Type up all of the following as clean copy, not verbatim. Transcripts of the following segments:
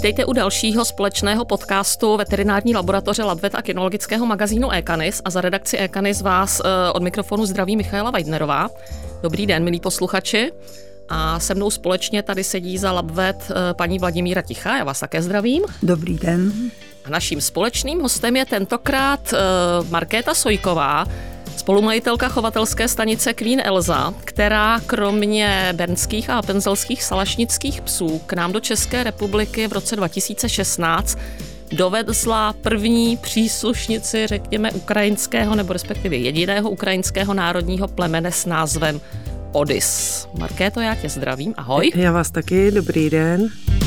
Vítejte u dalšího společného podcastu veterinární laboratoře LabVet a kynologického magazínu eCanis a za redakci eCanis vás od mikrofonu zdraví Michaela Weidnerová. Dobrý den, milí posluchači. A se mnou společně tady sedí za LabVet paní Vladimíra Tichá, já vás také zdravím. Dobrý den. A naším společným hostem je tentokrát Markéta Sojková, spolumajitelka chovatelské stanice Queen Elza, která kromě bernských a penzelských salašnických psů k nám do České republiky v roce 2016 dovezla první příslušnici, řekněme, ukrajinského nebo respektive jediného ukrajinského národního plemene s názvem Odys. Markéto, já tě zdravím, ahoj. Já vás taky, dobrý den.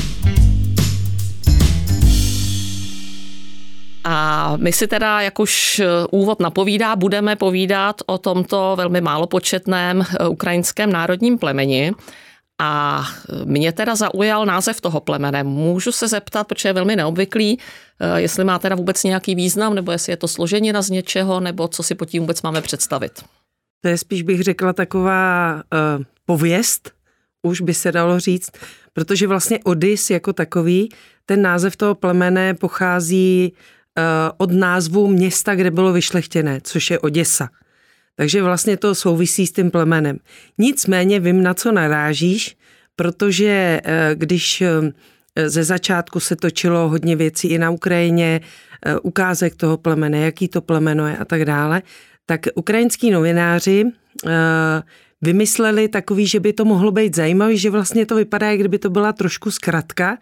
A my si teda, jak už úvod napovídá, budeme povídat o tomto velmi málopočetném ukrajinském národním plemeni. A mě teda zaujal název toho plemene. Můžu se zeptat, protože je velmi neobvyklý, jestli má teda vůbec nějaký význam, nebo jestli je to složenina z něčeho, nebo co si pod tím vůbec máme představit. To je spíš, bych řekla, taková pověst, už by se dalo říct, protože vlastně Odys jako takový, ten název toho plemene pochází od názvu města, kde bylo vyšlechtěné, což je Oděsa. Takže vlastně to souvisí s tím plemenem. Nicméně vím, na co narážíš, protože když ze začátku se točilo hodně věcí i na Ukrajině, ukázek toho plemene, jaký to plemeno je a tak dále, tak ukrajinský novináři vymysleli takový, že by to mohlo být zajímavý, že vlastně to vypadá, jak kdyby to byla trošku zkratka,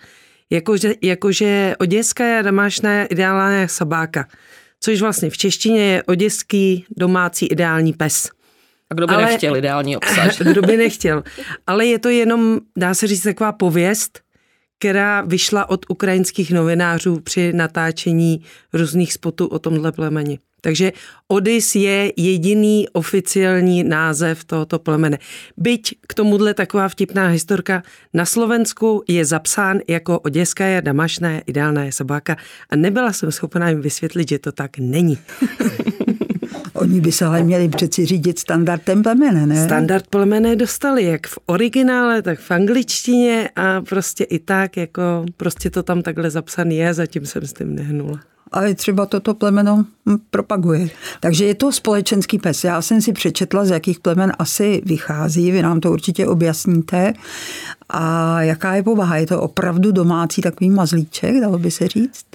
jakože oděská domášná ideální sobáka, což vlastně v češtině je oděský domácí ideální pes. A kdo by nechtěl ideální obsah? Kdo by nechtěl. Ale je to jenom, dá se říct, taková pověst, která vyšla od ukrajinských novinářů při natáčení různých spotů o tomhle plemeni. Takže Odys je jediný oficiální název tohoto plemene. Byť k tomuhle taková vtipná historka, na Slovensku je zapsán jako oděská domášná ideální sobáka a nebyla jsem schopná jim vysvětlit, že to tak není. Oni by se ale měli přeci řídit standardem plemene, ne? Standard plemene dostali jak v originále, tak v angličtině a prostě i tak, jako prostě to tam takhle zapsaný je, zatím jsem s tím nehnula. Ale třeba toto plemeno propaguje. Takže je to společenský pes. Já jsem si přečetla, z jakých plemen asi vychází, vy nám to určitě objasníte. A jaká je povaha? Je to opravdu domácí takový mazlíček, dalo by se říct?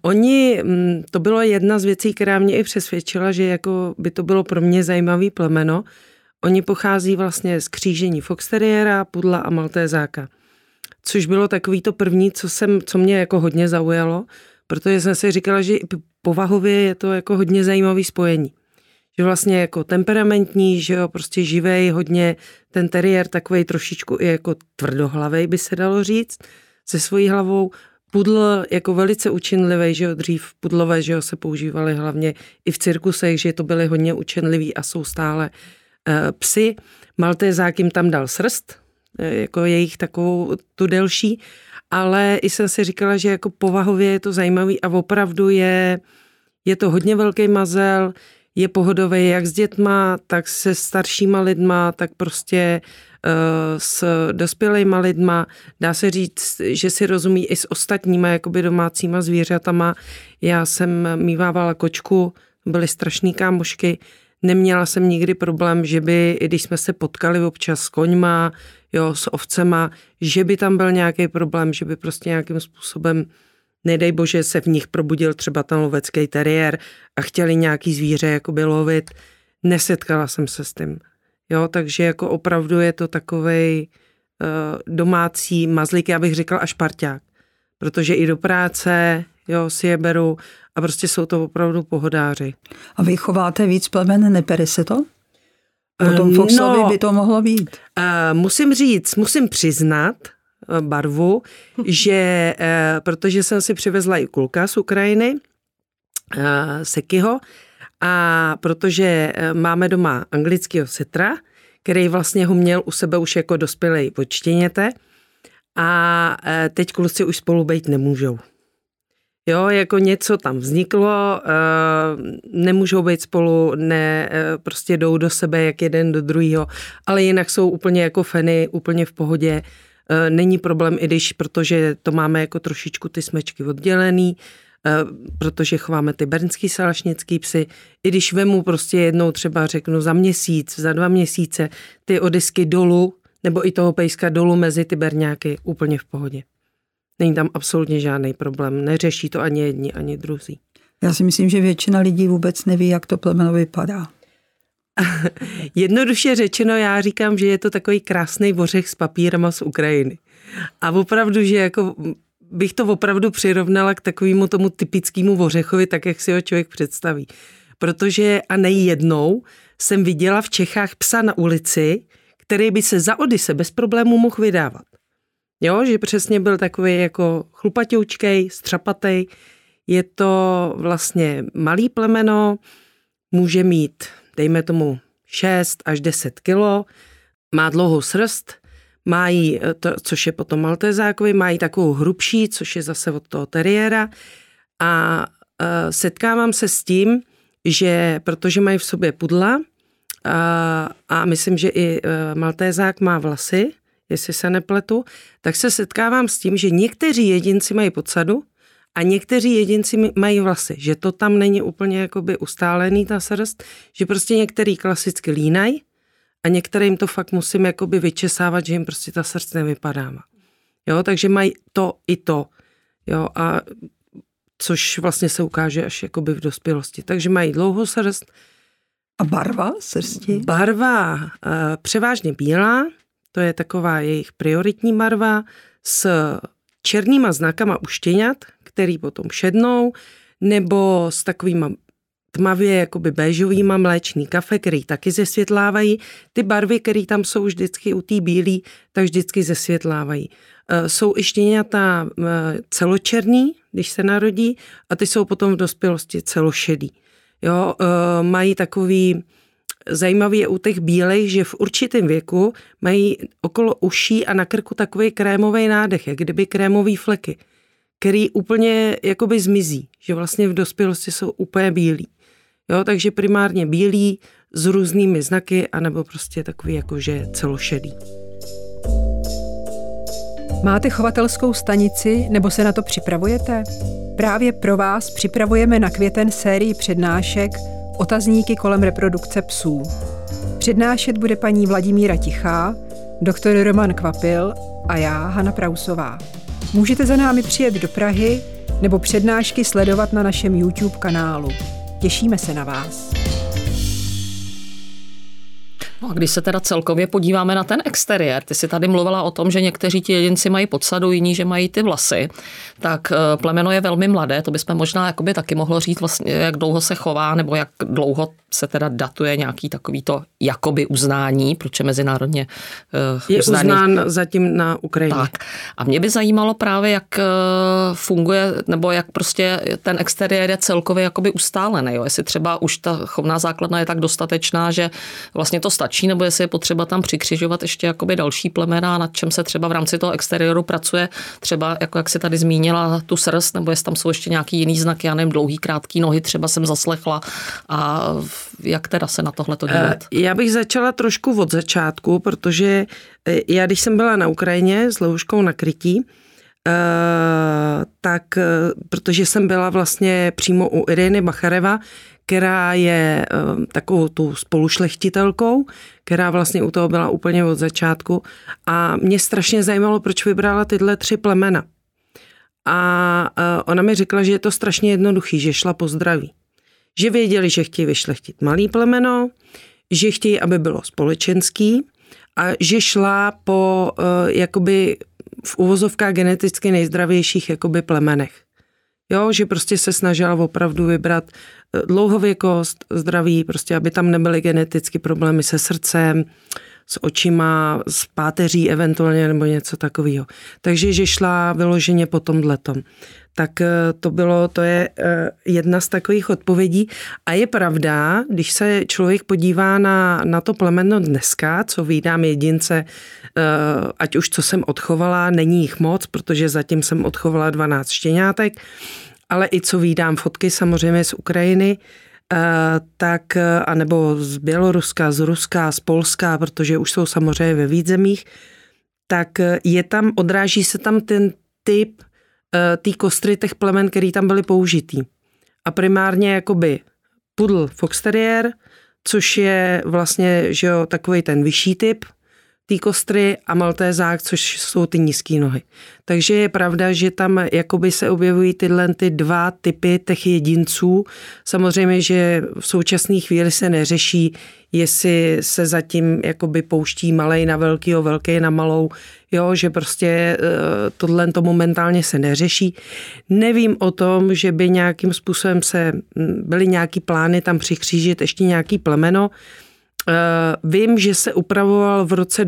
To bylo jedna z věcí, která mě i přesvědčila, že jako by to bylo pro mě zajímavý plemeno. Oni pochází vlastně z křížení foxteriéra, pudla a maltézáka. Což bylo takový to první, co mě jako hodně zaujalo, protože jsem si říkala, že povahově je to jako hodně zajímavý spojení. Že vlastně jako temperamentní, že jo, prostě živej, hodně ten teriér takovej trošičku i jako tvrdohlavej, by se dalo říct, se svojí hlavou. Pudl jako velice učinlivý, že jo, dřív pudlové, že jo, se používaly hlavně i v cirkusech, že to byly hodně učenliví a jsou stále psy. Maltézák jim tam dal srst, jako jejich takovou tu delší, ale i jsem si říkala, že jako povahově je to zajímavý a opravdu je to hodně velký mazel, je pohodový jak s dětma, tak se staršíma lidma, tak prostě s dospělejma lidma. Dá se říct, že si rozumí i s ostatníma jakoby domácíma zvířatama. Já jsem mívávala kočku, byly strašný kámošky, neměla jsem nikdy problém, že by, i když jsme se potkali občas s koňma, jo, s ovcema, že by tam byl nějaký problém, že by prostě nějakým způsobem, nedej bože, se v nich probudil třeba ten lovecký teriér a chtěli nějaký zvíře jakoby lovit. Nesetkala jsem se s tím. Jo, takže jako opravdu je to takovej domácí mazlík, já bych řekla až parťák. Protože i do práce, jo, si je beru a prostě jsou to opravdu pohodáři. A vy chováte víc plemen, nepere se to? Po tom Foxovi by to mohlo být. Musím přiznat barvu, že protože jsem si přivezla i kulka z Ukrajiny, Sekyho, a protože máme doma anglického setra, který vlastně ho měl u sebe už jako dospělej od štěněte a teď kluci už spolu být nemůžou. Jo, jako něco tam vzniklo, nemůžou být spolu, prostě jdou do sebe jak jeden do druhého, ale jinak jsou úplně jako feny, úplně v pohodě, Není problém, i když, protože to máme jako trošičku ty smečky oddělený, protože chováme ty bernský salašnický psy. I když vemu prostě jednou třeba řeknu za měsíc, za 2 měsíce ty odisky dolů, nebo i toho pejska dolů mezi ty berňáky úplně v pohodě. Není tam absolutně žádný problém. Neřeší to ani jedni, ani druzí. Já si myslím, že většina lidí vůbec neví, jak to plemeno vypadá. Jednoduše řečeno, já říkám, že je to takový krásný ořech s papírama z Ukrajiny. A opravdu, že jako bych to opravdu přirovnala k takovému tomu typickému ořechovi, tak jak si ho člověk představí. Protože a nejednou jsem viděla v Čechách psa na ulici, který by se za Odyse bez problémů mohl vydávat. Jo, že přesně byl takový jako chlupatoučkej, střapatej. Je to vlastně malý plemeno, může mít, dejme tomu, 6 až 10 kilo, má dlouhou srst, mají, to, což je potom maltézákovi, mají takovou hrubší, což je zase od toho teriéra a setkávám se s tím, že protože mají v sobě pudla a myslím, že i maltézák má vlasy, jestli se nepletu, tak se setkávám s tím, že někteří jedinci mají podsadu a někteří jedinci mají vlasy, že to tam není úplně jakoby ustálený ta srst, že prostě některý klasicky línají a některým to fakt musím jakoby vyčesávat, že jim prostě ta srst nevypadá. Jo, takže mají to i to. Jo, a což vlastně se ukáže až jakoby v dospělosti. Takže mají dlouhou srst. A barva srsti? Barva převážně bílá, to je taková jejich prioritní barva s černýma znakama u štěňat, který potom šednou, nebo s takovýma tmavě jakoby béžovýma mléčný kafe, který taky zesvětlávají. Ty barvy, které tam jsou vždycky u té bílý, tak vždycky zesvětlávají. Jsou i štěňata celočerný, když se narodí, a ty jsou potom v dospělosti celošedý. Jo, mají takový zajímavý je u těch bílejch, že v určitém věku mají okolo uší a na krku takový krémový nádech, jak kdyby krémový fleky, který úplně jakoby zmizí, že vlastně v dospělosti jsou úplně bílí. Jo, takže primárně bílí s různými znaky, anebo prostě takový jakože celošedý. Máte chovatelskou stanici nebo se na to připravujete? Právě pro vás připravujeme na květen sérii přednášek Otazníky kolem reprodukce psů. Přednášet bude paní Vladimíra Tichá, doktor Roman Kvapil a já, Hana Prausová. Můžete za námi přijet do Prahy nebo přednášky sledovat na našem YouTube kanálu. Těšíme se na vás. No a když se teda celkově podíváme na ten exteriér, ty si tady mluvila o tom, že někteří ti jedinci mají podsadu, jiní, že mají ty vlasy, tak plemeno je velmi mladé, to bychom možná jakoby taky mohlo říct vlastně, jak dlouho se chová, nebo jak dlouho se teda datuje nějaký takový to jakoby uznání, proč je mezinárodně je uznán zatím na Ukrajině. Tak. A mě by zajímalo právě, jak funguje, nebo jak prostě ten exteriér je celkově jakoby ustálený. Jo? Jestli třeba už ta chovná základna je tak dostatečná, že vlastně to stačí, nebo jestli je potřeba tam přikřižovat ještě jakoby další plemena, nad čem se třeba v rámci toho exteriéru pracuje, třeba jako jak si tady zmínila tu srst, nebo jestli tam jsou ještě nějaký jiný znaky, já nevím, dlouhý, krátký nohy, třeba jsem zaslechla, a jak teda se na tohle to dívat? Já bych začala trošku od začátku, protože já, když jsem byla na Ukrajině s Louškou na krytí, tak protože jsem byla vlastně přímo u Iriny Bachareva, která je takovou tu spolušlechtitelkou, která vlastně u toho byla úplně od začátku, a mě strašně zajímalo, proč vybrala tyhle 3 plemena. A ona mi řekla, že je to strašně jednoduchý, že šla po zdraví. Že věděli, že chtějí vyšlechtit malý plemeno, že chtějí, aby bylo společenský, a že šla po jakoby v uvozovkách geneticky nejzdravějších jakoby plemenech. Jo, že prostě se snažila opravdu vybrat dlouhověkost, zdraví, prostě aby tam nebyly geneticky problémy se srdcem, s očima, s páteří eventuálně nebo něco takového. Takže že šla vyloženě po tomhletom. Tak to je jedna z takových odpovědí. A je pravda, když se člověk podívá na to plemeno dneska, co vídám jedince, ať už co jsem odchovala, není jich moc, protože zatím jsem odchovala 12 štěňátek, ale i co vídám fotky samozřejmě z Ukrajiny, tak, anebo z Běloruska, z Ruska, z Polska, protože už jsou samozřejmě ve víc zemích, tak odráží se tam ten typ té kostry těch plemen, který tam byly použitý. A primárně jakoby pudl fox terrier, což je vlastně, že jo, takovej ten vyšší typ té kostry a maltézák, což jsou ty nízké nohy. Takže je pravda, že tam jakoby se objevují tyhle ty dva typy těch jedinců. Samozřejmě, že v současné chvíli se neřeší, jestli se zatím jakoby pouští malej na velkýho, velký na malou, jo, že prostě tohle to momentálně se neřeší. Nevím o tom, že by nějakým způsobem byly nějaký plány tam přikřížit ještě nějaký plemeno. Vím, že se upravoval v roce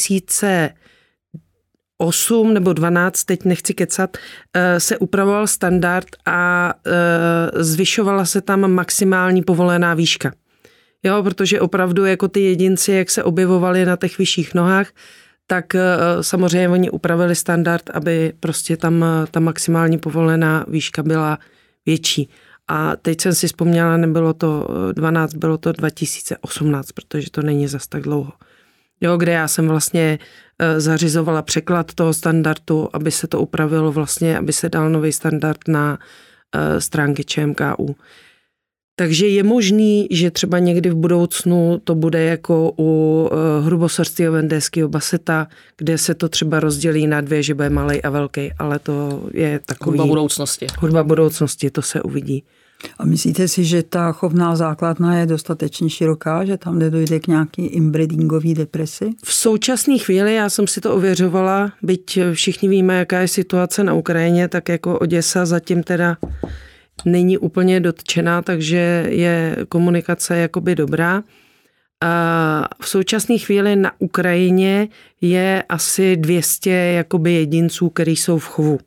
2008 nebo 12, teď nechci kecat, se upravoval standard a zvyšovala se tam maximální povolená výška. Jo, protože opravdu jako ty jedinci, jak se objevovali na těch vyšších nohách, tak samozřejmě oni upravili standard, aby prostě tam ta maximální povolená výška byla větší. A teď jsem si vzpomněla, nebylo to 12, bylo to 2018, protože to není zas tak dlouho. Jo, kde já jsem vlastně zařizovala překlad toho standardu, aby se to upravilo vlastně, aby se dal nový standard na stránky ČMKU. Takže je možný, že třeba někdy v budoucnu to bude jako u hrubosrstého vendéského baseta, kde se to třeba rozdělí na dvě, že bude malej a velký, ale to je takový... Hudba budoucnosti. Hudba budoucnosti, to se uvidí. A myslíte si, že ta chovná základna je dostatečně široká, že tam dojde k nějaký inbreedingový depresi? V současné chvíli, já jsem si to ověřovala, byť všichni víme, jaká je situace na Ukrajině, tak jako Oděsa zatím teda není úplně dotčená, takže je komunikace jakoby dobrá. A v současné chvíli na Ukrajině je asi 200 jakoby jedinců, který jsou v chovu.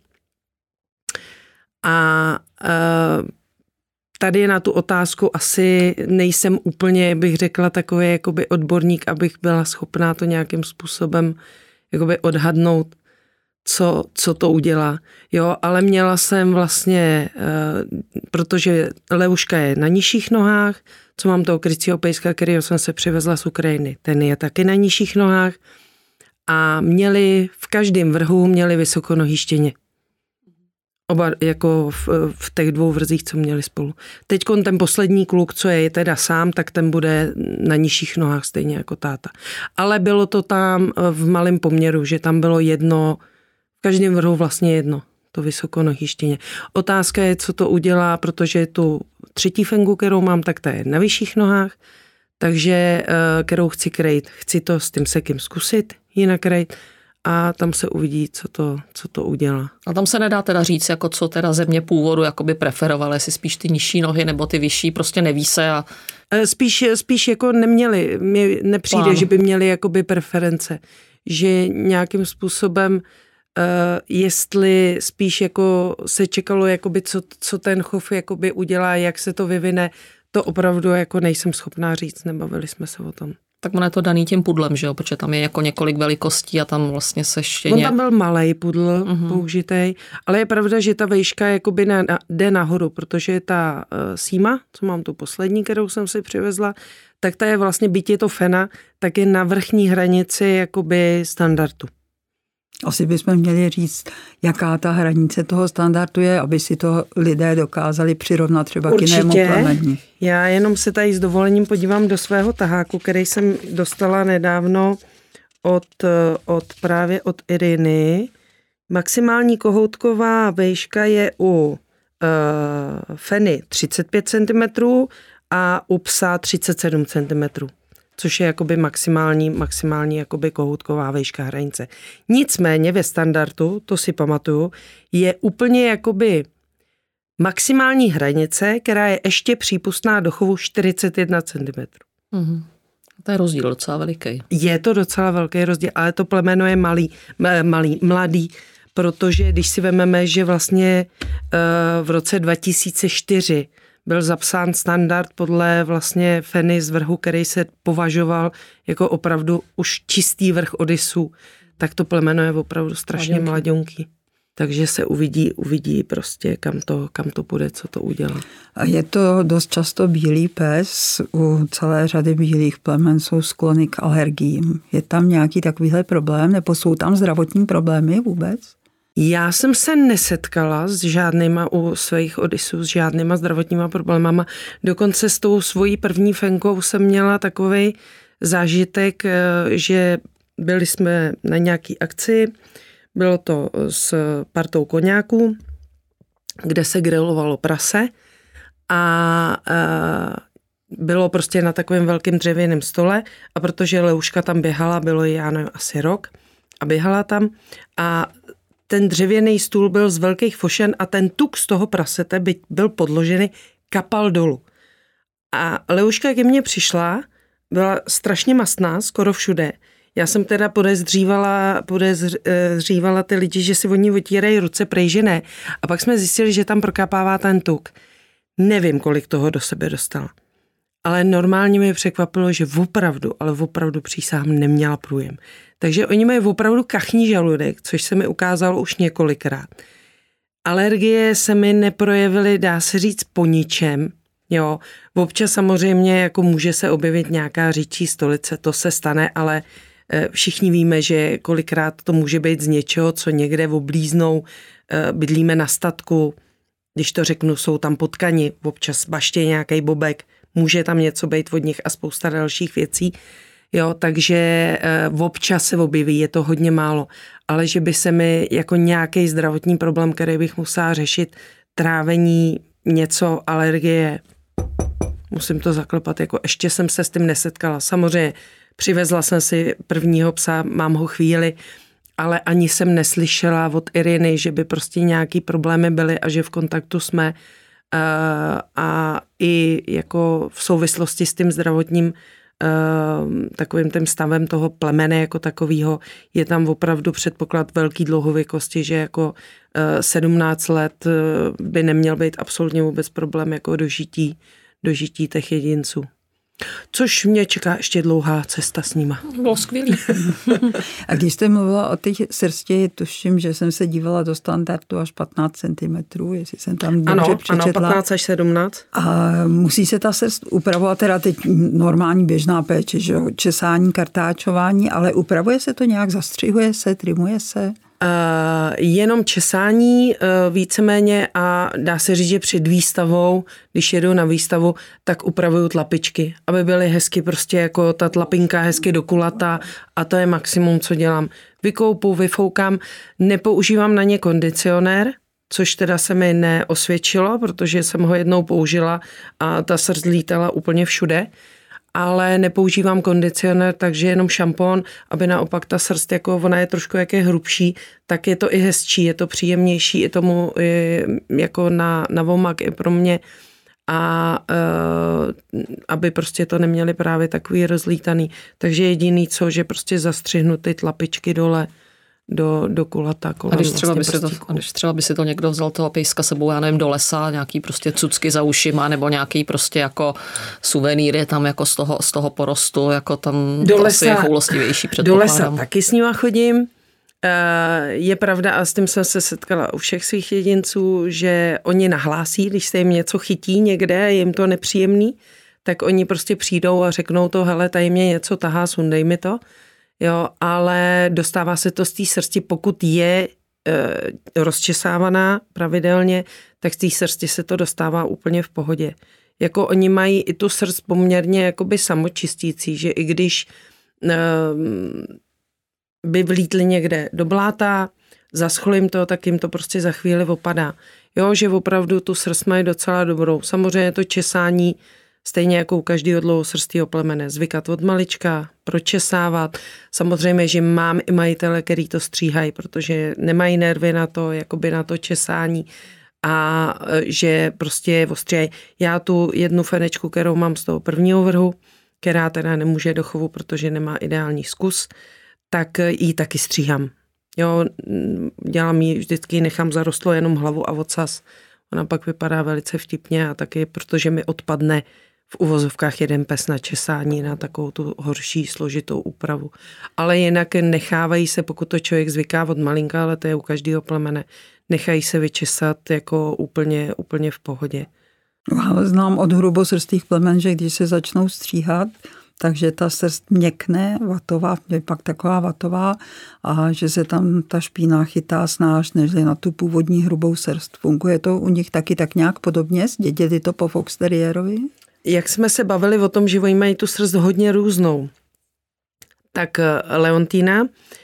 A tady na tu otázku asi nejsem úplně, bych řekla, takový jakoby odborník, abych byla schopná to nějakým způsobem jakoby odhadnout, co to udělá. Jo, ale měla jsem vlastně, protože Leuška je na nižších nohách, co mám toho krycího pejska, kterýho jsem se přivezla z Ukrajiny, ten je taky na nižších nohách a v každém vrhu měli vysokonohý štěně. Oba jako v těch dvou vrzích, co měli spolu. Teďkon ten poslední kluk, co je teda sám, tak ten bude na nižších nohách stejně jako táta. Ale bylo to tam v malém poměru, že tam bylo jedno, v každém vrhu vlastně jedno, to vysokonohý štěně. Otázka je, co to udělá, protože tu třetí fengu, kterou mám, tak ta je na vyšších nohách, takže kterou chci krejt. Chci to s tím sekem zkusit, ji nakrejt a tam se uvidí, co to udělá. A tam se nedá teda říct, jako co teda země původu jakoby preferovaly, jestli spíš ty nižší nohy nebo ty vyšší, prostě neví se a... Spíš jako neměli, mně nepřijde, plán. Že by měli jakoby preference, že nějakým způsobem jestli spíš jako se čekalo, jakoby co ten chov jakoby udělá, jak se to vyvine, to opravdu jako nejsem schopná říct, nebavili jsme se o tom. Tak ono je to daný tím pudlem, že jo, protože tam je jako několik velikostí a tam vlastně se štěně... On tam byl malej pudl použitej, ale je pravda, že ta vejška jakoby jde nahoru, protože ta síma, co mám tu poslední, kterou jsem si přivezla, tak ta je vlastně, byť je to fena, tak je na vrchní hranici jakoby standardu. Asi bychom měli říct, jaká ta hranice toho standardu je, aby si to lidé dokázali přirovnat třeba k jinému plemeni. Já jenom se tady s dovolením podívám do svého taháku, který jsem dostala nedávno právě od Iriny. Maximální kohoutková vejška je u feny 35 cm a u psa 37 cm. Což je jakoby maximální jakoby kohoutková vejška hranice. Nicméně ve standardu, to si pamatuju, je úplně jakoby maximální hranice, která je ještě přípustná do chovu 41 cm. Mm-hmm. To je rozdíl docela veliký. Je to docela velký rozdíl, ale to plemeno je mladý, protože když si vememe, že vlastně v roce 2004 byl zapsán standard podle vlastně feny z vrhu, který se považoval jako opravdu už čistý vrch Odyssů, tak to plemeno je opravdu strašně mladionký. Takže se uvidí prostě, kam to půjde, co to udělá. A je to dost často bílý pes. U celé řady bílých plemen jsou sklony k alergiím. Je tam nějaký takovýhle problém, nebo jsou tam zdravotní problémy vůbec? Já jsem se nesetkala s žádnýma u svých odisů, s žádnýma zdravotníma problémama. Dokonce s tou svojí první fenkou jsem měla takovej zážitek, že byli jsme na nějaký akci, bylo to s partou koňáků, kde se grilovalo prase a bylo prostě na takovém velkém dřevěném stole a protože Leuška tam běhala, bylo jí, já nevím, asi rok a běhala tam a ten dřevěný stůl byl z velkých fošen a ten tuk z toho prasete byl podložený, kapal dolů. A Leuška ke mně přišla, byla strašně mastná, skoro všude. Já jsem teda podezřívala ty lidi, že si oni otírají ruce, prej, že ne. A pak jsme zjistili, že tam prokapává ten tuk. Nevím, kolik toho do sebe dostala. Ale normálně mě překvapilo, že opravdu přísahám neměla průjem. Takže oni mají opravdu kachní žaludek, což se mi ukázalo už několikrát. Alergie se mi neprojevily, dá se říct, po ničem. Jo, občas samozřejmě jako může se objevit nějaká říčí stolice, to se stane, ale všichni víme, že kolikrát to může být z něčeho, co někde oblíznou, bydlíme na statku, když to řeknu, jsou tam potkani, občas baště nějaký bobek, může tam něco být od nich a spousta dalších věcí, jo, takže občas se objeví, je to hodně málo, ale že by se mi jako nějaký zdravotní problém, který bych musela řešit, trávení, něco, alergie, musím to zaklepat, jako ještě jsem se s tím nesetkala. Samozřejmě přivezla jsem si prvního psa, mám ho chvíli, ale ani jsem neslyšela od Iriny, že by prostě nějaký problémy byly a že v kontaktu jsme a i jako v souvislosti s tím zdravotním takovým tím stavem toho plemene jako takového je tam opravdu předpoklad velký dlouhověkosti, že jako 17 let by neměl být absolutně vůbec problém jako dožití těch jedinců. Což mě čeká ještě dlouhá cesta s nima. Bylo skvělý. A když jste mluvila o té srsti, tuším, že jsem se dívala do standardu až 15 cm, jestli jsem tam dobře přečetla. Ano, 15 až 17. A musí se ta srst upravovat, teda teď normální běžná péče, že jo, česání, kartáčování, ale upravuje se to nějak, zastřihuje se, trimuje se? Jenom česání víceméně a dá se říct, že před výstavou, když jedu na výstavu, tak upravuju tlapičky, aby byly hezky prostě jako ta tlapinka hezky dokulatá a to je maximum, co dělám. Vykoupu, vyfoukám, nepoužívám na ně kondicionér, což teda se mi neosvědčilo, protože jsem ho jednou použila a ta srst lítala úplně všude. Ale nepoužívám kondicionér, takže jenom šampon, aby naopak ta srst, jako ona je trošku jak je hrubší, tak je to i hezčí, je to příjemnější, i tomu jako na vomak i pro mě a aby prostě to neměli právě takový rozlítaný. Takže jediný co, že prostě zastřihnu ty tlapičky dole do kulata kolem. A když třeba by si to někdo vzal toho pejska sebou, já nevím, do lesa, nějaký prostě cucky za ušima, nebo nějaký prostě jako suvenýry tam jako z toho porostu, jako tam do to lesa, asi je choulostivější, předpokládám. Do lesa taky s nima chodím. Je pravda, a s tím jsem se setkala u všech svých jedinců, že oni nahlásí, když se jim něco chytí někde, je jim to nepříjemný, tak oni prostě přijdou a řeknou to, hele, tady mě něco tahá, sundej mi to. Jo, ale dostává se to z té srsti, pokud je rozčesávaná pravidelně, tak z té srsti se to dostává úplně v pohodě. Jako oni mají i tu srst poměrně jakoby samočistící, že i když by vlítli někde do bláta, zaschlo jim to, tak jim to prostě za chvíli opadá. Jo, že opravdu tu srst mají docela dobrou. Samozřejmě to česání stejně jako u každého dlouhosrstého plemene, zvykat od malička, pročesávat. Samozřejmě, že mám i majitele, který to stříhají, protože nemají nervy na to, jakoby na to česání a že prostě ostříhají. Já tu jednu fenečku, kterou mám z toho prvního vrhu, která teda nemůže do chovu, protože nemá ideální zkus, tak ji taky stříhám. Jo, dělám ji vždycky, nechám zarostlo jenom hlavu a ocas. Ona pak vypadá velice vtipně a taky, protože mi odpadne v uvozovkách jeden pes na česání, na takovou tu horší složitou úpravu. Ale jinak nechávají se, pokud to člověk zvyká od malinka, ale to je u každého plemene, nechají se vyčesat jako úplně v pohodě. Ale znám od hrubosrstých plemen, že když se začnou stříhat, takže ta srst měkne, vatová, je pak taková vatová a že se tam ta špína chytá snáš, než na tu původní hrubou srst. Funguje to u nich taky tak nějak podobně? Zdědili to po fox terriérovi? Jak jsme se bavili o tom, že oni mají tu srst hodně různou, tak Leontína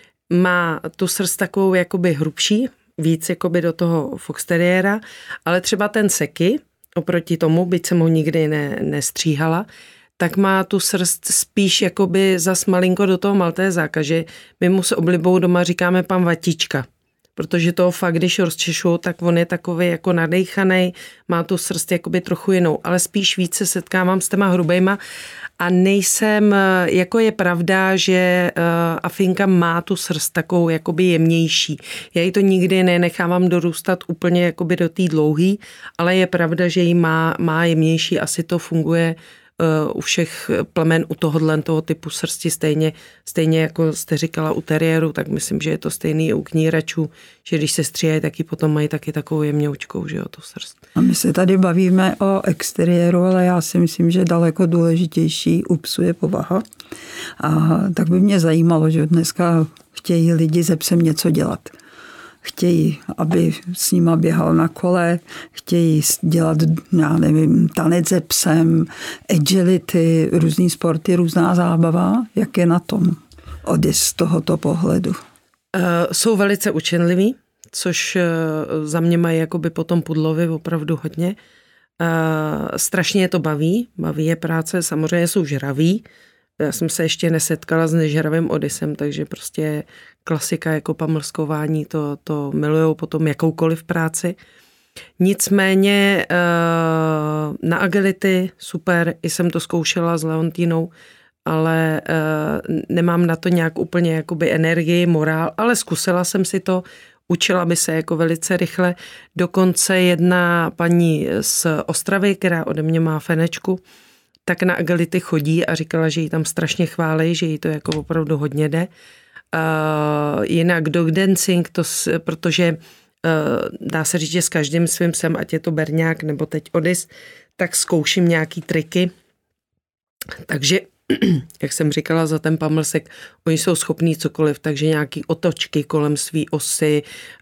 má tu srst takovou jakoby hrubší, víc jakoby do toho fox terriéra, ale třeba ten Seky, oproti tomu, byť jsem ho nikdy nestříhala, tak má tu srst spíš jakoby zas malinko do toho maltézáka, že my mu s oblibou doma říkáme pan Vatička, protože toho fakt, když rozčešu, tak on je takový jako nadejchaný, má tu srst jakoby trochu jinou, ale spíš víc se setkávám s těma hrubejma a nejsem, jako je pravda, že Afinka má tu srst takovou jakoby jemnější. Já ji to nikdy nenechávám dorůstat úplně jakoby do té dlouhý, ale je pravda, že ji má jemnější, asi to funguje u všech plemen u toho typu srsti stejně jako jste říkala u teriéru, tak myslím, že je to stejný u kníračů, že když se stříhají, taky potom mají taky takovou jemňoučkou, že jo, tu srst. A my se tady bavíme o exteriéru, ale já si myslím, že daleko důležitější u psu je povaha. A tak by mě zajímalo, že dneska chtějí lidi se psem něco dělat. Chtějí, aby s nima běhal na kole, chtějí dělat, já nevím, tanec se psem, agility, různý sporty, různá zábava. Jak je na tom Odys z tohoto pohledu? Jsou velice učenliví, což za mě mají jakoby potom pudlovi opravdu hodně. Strašně je to baví je práce, samozřejmě jsou žraví. Já jsem se ještě nesetkala s nežravým Odysem, takže prostě klasika jako pamlskování, to milujou potom jakoukoliv práci. Nicméně na agility super, i jsem to zkoušela s Leontínou, ale nemám na to nějak úplně jakoby energii, morál, ale zkusila jsem si to, učila by se jako velice rychle. Dokonce jedna paní z Ostravy, která ode mě má fenečku, tak na agility chodí a říkala, že jí tam strašně chválí, že jí to jako opravdu hodně jde. Jinak dog dancing, protože dá se říct, že s každým svým psem, ať je to berňák nebo teď Odys, tak zkouším nějaký triky. Takže, jak jsem říkala za ten pamlsek, oni jsou schopní cokoliv, takže nějaký otočky kolem svý osy,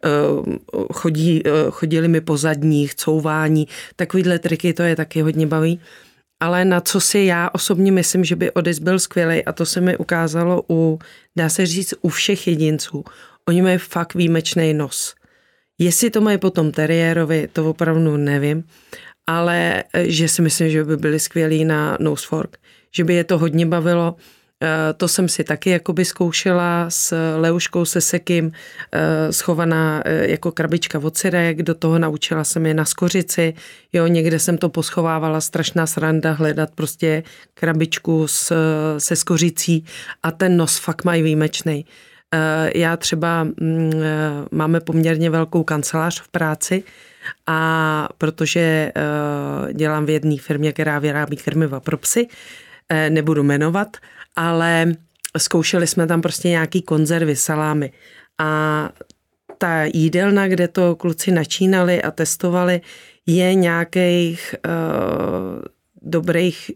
chodili mi po zadních, couvání, takovýhle triky, to je taky hodně baví. Ale na co si já osobně myslím, že by Odys byl skvělej, a to se mi ukázalo dá se říct, u všech jedinců. Oni mají fakt výjimečný nos. Jestli to mají potom teriérovi, to opravdu nevím, ale že si myslím, že by byli skvělí na nose fork. Že by je to hodně bavilo. To jsem si taky jakoby zkoušela s Leuškou, se Sekym, schovaná jako krabička od syrek, do toho naučila jsem je na skořici, jo, někde jsem to poschovávala, strašná sranda hledat prostě krabičku se skořicí a ten nos fakt mají výjimečný. Já třeba máme poměrně velkou kancelář v práci a protože dělám v jedné firmě, která vyrábí krmiva pro psy, nebudu jmenovat, ale zkoušeli jsme tam prostě nějaký konzervy, salámy a ta jídelna, kde to kluci načínali a testovali, je nějakých dobrých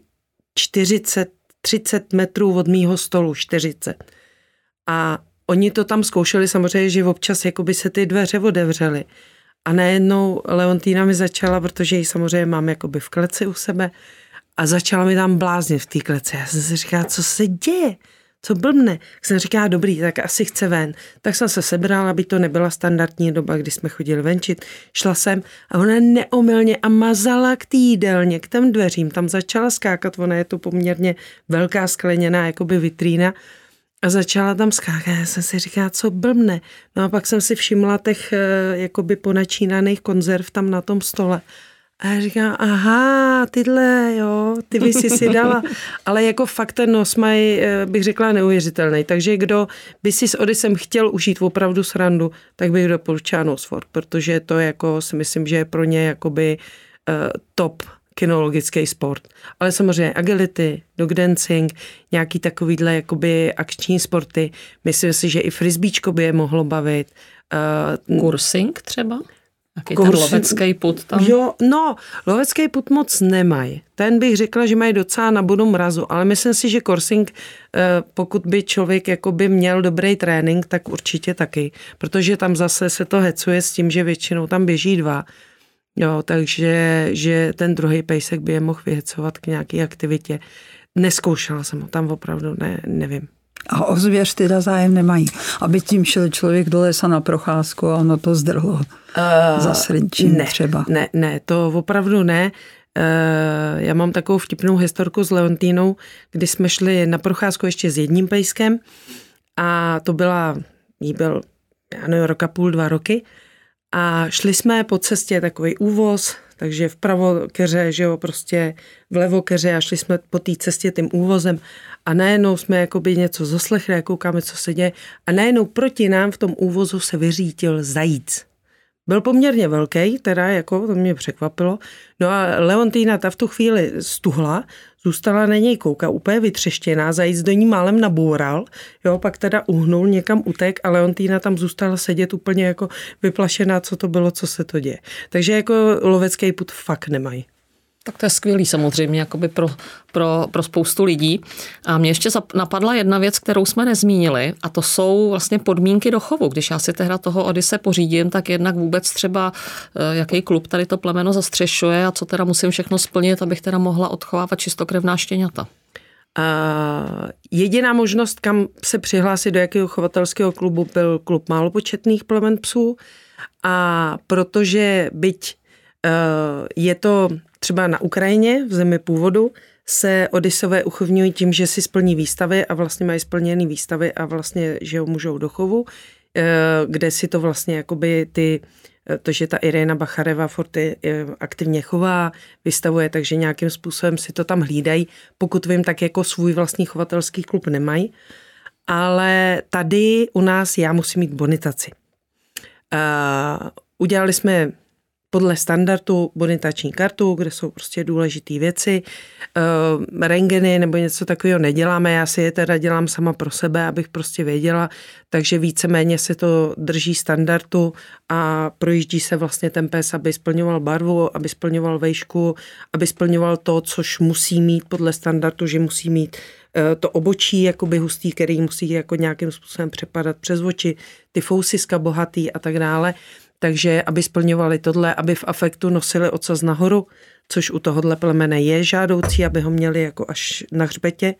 30 metrů od mýho stolu, 40. A oni to tam zkoušeli samozřejmě, že občas jakoby se ty dveře otevřely. A najednou Leontína mi začala, protože ji samozřejmě mám jakoby v kleci u sebe, a začala mi tam bláznit v té kleci. Já jsem si říkala, co se děje? Co blbne? Tak jsem říkala, dobrý, tak asi chce ven. Tak jsem se sebrala, aby to nebyla standardní doba, kdy jsme chodili venčit. Šla jsem a ona neomylně a mazala k té jídelně, k těm dveřím. Tam začala skákat, ona je to poměrně velká skleněná jakoby vitrína. A začala tam skákat. Já jsem si říkala, co blbne. No a pak jsem si všimla těch jakoby ponačínaných konzerv tam na tom stole. A já říkám, aha, tyhle, jo, ty by si dala. Ale jako fakt ten nos mají, bych řekla, neuvěřitelný. Takže kdo by si s Odysem chtěl užít opravdu srandu, tak bych doporučila nose fork, protože to jako si myslím, že je pro ně jakoby top kinologický sport. Ale samozřejmě agility, dog dancing, nějaký takovýhle jakoby akční sporty. Myslím si, že i frisbíčko by je mohlo bavit. Kursing třeba? Jaký ten lovecký put tam? Jo, no, lovecký put moc nemají. Ten bych řekla, že mají docela na bodu mrazu, ale myslím si, že coursing, pokud by člověk jakoby měl dobrý trénink, tak určitě taky, protože tam zase se to hecuje s tím, že většinou tam běží 2. Jo, takže že ten druhý pejsek by je mohl vyhecovat k nějaké aktivitě. Neskoušela jsem ho, tam opravdu nevím. A o zvěř teda zájem nemají, aby tím šel člověk do lesa na procházku a ono to zdrhlo za srnčím třeba. Ne, to opravdu ne. Já mám takovou vtipnou historku s Leontínou, kdy jsme šli na procházku ještě s jedním pejskem a to jí byl, já nevím, 1,5 roku, 2 roky a šli jsme po cestě takový úvoz, takže vpravo keře, že jo, prostě vlevo keře a šli jsme po té cestě tím úvozem a najednou jsme jakoby něco zaslechli a koukáme, co se děje a najednou proti nám v tom úvozu se vyřítil zajíc. Byl poměrně velký, teda jako to mě překvapilo. No a Leontína ta v tu chvíli stuhla, zůstala na něj koukat, úplně vytřeštěná, zajíc do ní málem naboural, jo, pak teda uhnul, někam utek a Leontína tam zůstala sedět úplně jako vyplašená, co to bylo, co se to děje. Takže jako lovecký put fakt nemají. Tak to je skvělý samozřejmě jakoby pro spoustu lidí. A mě ještě napadla jedna věc, kterou jsme nezmínili, a to jsou vlastně podmínky do chovu. Když já si tehda toho Odyse pořídím, tak jednak vůbec třeba jaký klub tady to plemeno zastřešuje a co teda musím všechno splnit, abych teda mohla odchovávat čistokrevná štěňata. Jediná možnost, kam se přihlásit do jakého chovatelského klubu, byl klub málopočetných plemen psů a protože byť je to třeba na Ukrajině, v zemi původu, se Odysové uchovňují tím, že si splní výstavy a vlastně mají splněné výstavy a vlastně, že ho můžou do chovu, kde si to vlastně jakoby to, že ta Irena Bachareva Forty aktivně chová, vystavuje, takže nějakým způsobem si to tam hlídají. Pokud vím, tak jako svůj vlastní chovatelský klub nemají. Ale tady u nás já musím mít bonitaci. Udělali jsme podle standardu bonitační kartu, kde jsou prostě důležité věci. Rentgeny nebo něco takového neděláme, já si je teda dělám sama pro sebe, abych prostě věděla, takže víceméně se to drží standardu a projíždí se vlastně ten pes, aby splňoval barvu, aby splňoval vejšku, aby splňoval to, což musí mít podle standardu, že musí mít to obočí jakoby hustý, který musí jako nějakým způsobem přepadat přes oči, ty fousiska bohatý a tak dále. Takže aby splňovali tohle, aby v afektu nosili ocas nahoru, což u tohohle plemene je žádoucí, aby ho měli jako až na hřbetě.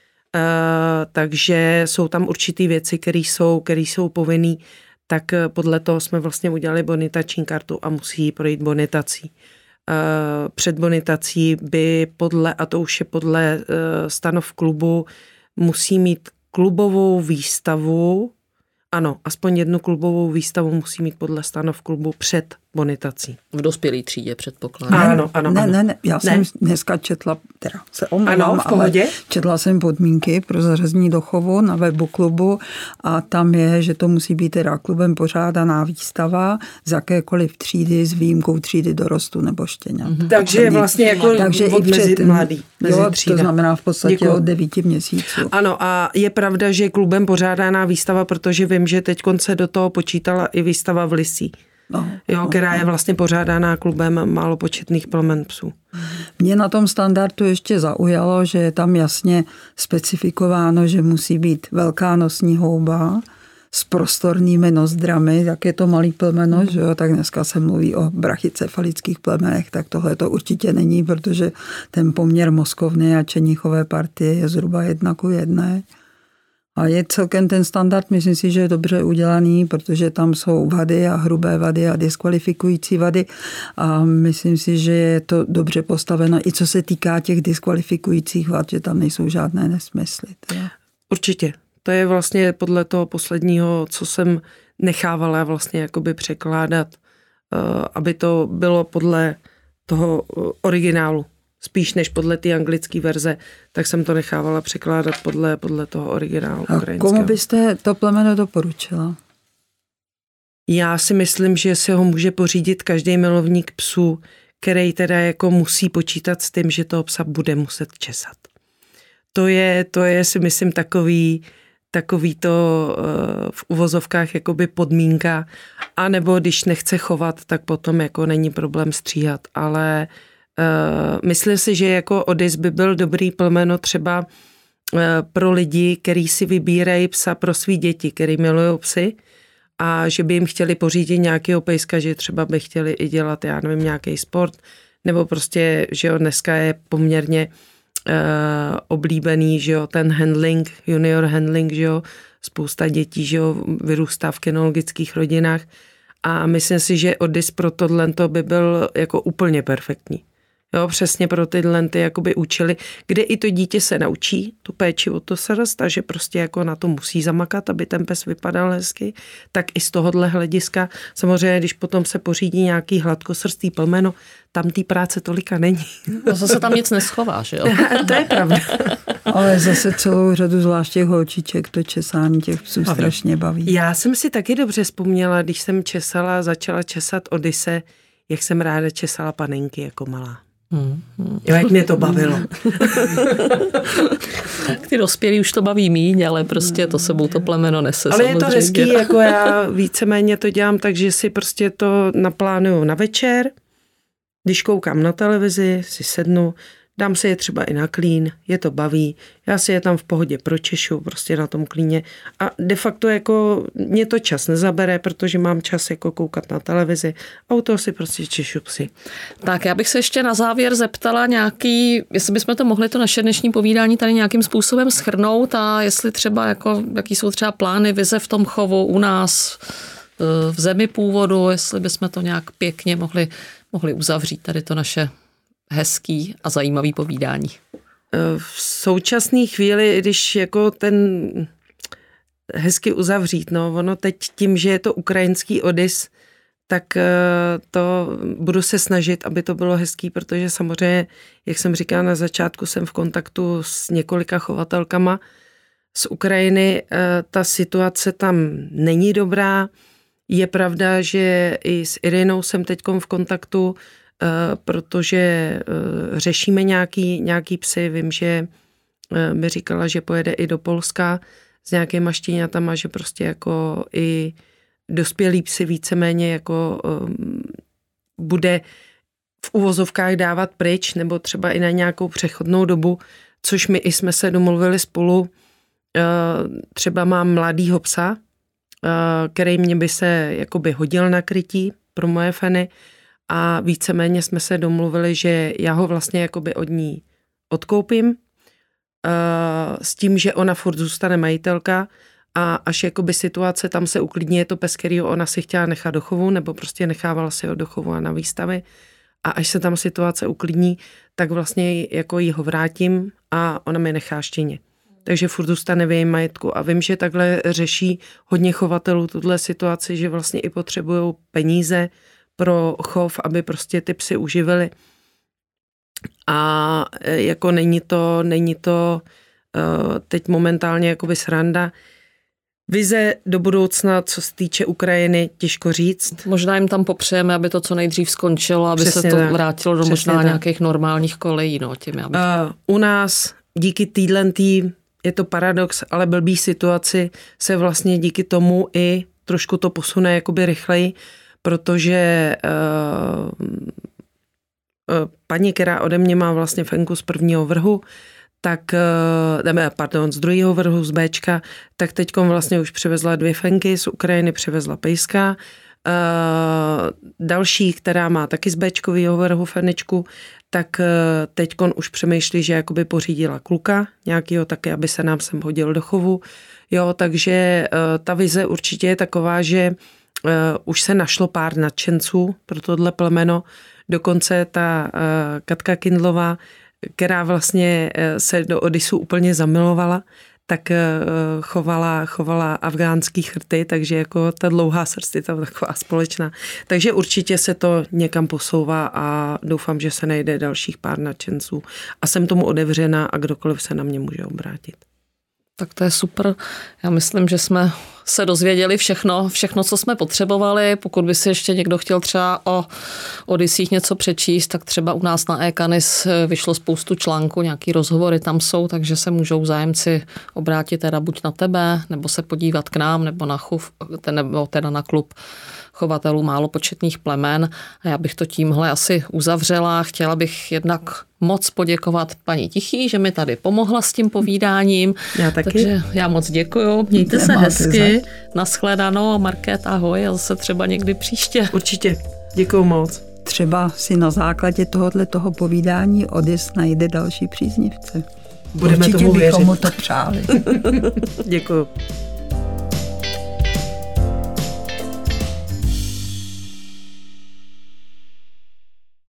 Takže jsou tam určitý věci, které jsou povinný, tak podle toho jsme vlastně udělali bonitační kartu a musí projít bonitací. Před bonitací by a to už je podle stanov klubu, musí mít klubovou výstavu. Ano, aspoň jednu klubovou výstavu musí mít podle stanov klubu před bonitací. V dospělé třídě předpokládám. Ano. Ne, já jsem dneska četla, teda se omlouvám, ale četla jsem podmínky pro zařazení do chovu na webu klubu a tam je, že to musí být teda klubem pořádaná výstava z jakékoliv třídy s výjimkou třídy dorostu nebo štěňat. Takže vlastně jako mezi mladý. Jo, to znamená v podstatě od 9 měsíců. Ano a je pravda, že klubem pořádaná výstava, protože vím, že teď se do toho počítala i výstava v Lisí. Která je vlastně pořádaná klubem málopočetných plemen psů. Mě na tom standardu ještě zaujalo, že je tam jasně specifikováno, že musí být velká nosní houba s prostornými nozdrami, jak je to malý plemeno, že jo? Tak dneska se mluví o brachycefalických plemenech, tak tohle to určitě není, protože ten poměr mozkovny a čenichové partie je zhruba 1:1. A je celkem ten standard, myslím si, že je dobře udělaný, protože tam jsou vady a hrubé vady a diskvalifikující vady a myslím si, že je to dobře postaveno i co se týká těch diskvalifikujících vad, že tam nejsou žádné nesmysly. Teda. Určitě. To je vlastně podle toho posledního, co jsem nechávala vlastně jakoby překládat, aby to bylo podle toho originálu. Spíš než podle té anglické verze, tak jsem to nechávala překládat podle toho originálu ukrajinského. A komu byste to plemeno doporučila? Já si myslím, že si ho může pořídit každý milovník psů, který teda jako musí počítat s tím, že toho psa bude muset česat. To je si myslím takový to v uvozovkách jakoby podmínka, anebo když nechce chovat, tak potom jako není problém stříhat, ale myslím si, že jako Odyss by byl dobrý plemeno třeba pro lidi, kteří si vybírají psa pro svý děti, který milují psy a že by jim chtěli pořídit nějakého pejska, že třeba by chtěli i dělat, já nevím, nějaký sport, nebo prostě, že jo, dneska je poměrně oblíbený, že jo, ten handling, junior handling, že jo, spousta dětí, že jo, vyrůstá v kynologických rodinách a myslím si, že Odyss pro tohle by byl jako úplně perfektní. Jo, přesně pro tyhle jakoby účely, kde i to dítě se naučí tu péči o to srst a že prostě jako na to musí zamakat, aby ten pes vypadal hezky, tak i z tohohle hlediska, samozřejmě, když potom se pořídí nějaký hladkosrstý plemeno, tam té práce tolika není. No zase tam nic neschová, že jo? To je pravda. Ale zase celou řadu zvlášť těch holčiček to česání těch psů strašně baví. Já jsem si taky dobře vzpomněla, když jsem začala česat Odysse, jak jsem ráda česala panenky jako malá. Jo, jak mě to bavilo. Ty dospělí už to baví míň, ale prostě to sebou to plemeno nese. Ale samozřejmě. Je to hezký, jako já víceméně to dělám tak, že si prostě to naplánuju na večer, když koukám na televizi, si sednu, dám si je třeba i na klín, je to baví, já si je tam v pohodě pročešu prostě na tom klíně a de facto jako mě to čas nezabere, protože mám čas jako koukat na televizi a u toho si prostě češu psy. Tak já bych se ještě na závěr zeptala jestli bychom to mohli to naše dnešní povídání tady nějakým způsobem shrnout a jestli třeba jaký jsou třeba plány, vize v tom chovu u nás v zemi původu, jestli bychom to nějak pěkně mohli uzavřít tady to naše hezký a zajímavý povídání. V současné chvíli, když jako ten hezky uzavřít, no ono teď tím, že je to ukrajinský Odyss, tak to budu se snažit, aby to bylo hezký, protože samozřejmě, jak jsem říkala na začátku, jsem v kontaktu s několika chovatelkama z Ukrajiny. Ta situace tam není dobrá. Je pravda, že i s Irinou jsem teďkom v kontaktu, protože řešíme nějaký psy. Vím, že mi říkala, že pojede i do Polska s nějakýma štěňatama, že prostě jako i dospělí psy víceméně jako bude v uvozovkách dávat pryč, nebo třeba i na nějakou přechodnou dobu, což my i jsme se domluvili spolu. Třeba mám mladýho psa, který mě by se jakoby hodil na krytí pro moje feny, a víceméně jsme se domluvili, že já ho vlastně jakoby od ní odkoupím s tím, že ona furt zůstane majitelka a až jakoby situace tam se uklidní, je to pes, kterýho ona si chtěla nechat do chovu nebo prostě nechávala si ho do chovu a na výstavy a až se tam situace uklidní, tak vlastně jako jí ho vrátím a ona mi nechá štěně. Takže furt zůstane v jejím majetku a vím, že takhle řeší hodně chovatelů tuhle situaci, že vlastně i potřebují peníze pro chov, aby prostě ty psy uživili. A jako není to teď momentálně jakoby sranda. Vize do budoucna, co se týče Ukrajiny, těžko říct. Možná jim tam popřejeme, aby to co nejdřív skončilo, aby přesně se to vrátilo do možná nějakých normálních kolejí. No, u nás díky týdlentý, je to paradox, ale blbý situaci se vlastně díky tomu i trošku to posune jakoby rychleji, protože paní, která ode mě má vlastně fenku z prvního vrhu, z druhého vrhu, z Bčka, tak teďkom vlastně už přivezla 2 fenky, z Ukrajiny přivezla pejska. Další, která má taky z Bčkového vrhu feničku, tak teďkon už přemýšlí, že jakoby pořídila kluka nějakýho taky, aby se nám sem hodil do chovu. Jo, takže ta vize určitě je taková, že už se našlo pár nadšenců pro tohle plemeno. Dokonce ta Katka Kindlová, která se do Odyssu úplně zamilovala, tak chovala afgánský chrty, takže jako ta dlouhá srst je tam taková společná. Takže určitě se to někam posouvá a doufám, že se najde dalších pár nadšenců. A jsem tomu otevřená a kdokoliv se na mě může obrátit. Tak to je super. Já myslím, že jsme se dozvěděli všechno, co jsme potřebovali. Pokud by si ještě někdo chtěl třeba o Odyssích něco přečíst, tak třeba u nás na eCanis vyšlo spoustu článků, nějaký rozhovory tam jsou, takže se můžou zájemci obrátit teda buď na tebe, nebo se podívat k nám, nebo na CHUV, nebo teda na klub chovatelů málopočetných plemen. A já bych to tímhle asi uzavřela. Chtěla bych jednak moc poděkovat paní Tichý, že mi tady pomohla s tím povídáním. Já taky. Takže já moc děkuju. Mějte se hezky. Nashledanou. Markéta, ahoj a zase třeba někdy příště. Určitě. Děkuju moc. Třeba si na základě toho povídání Odys najde další příznivce. Budeme určitě tomu věřit. bychom mu to přáli. Děkuju.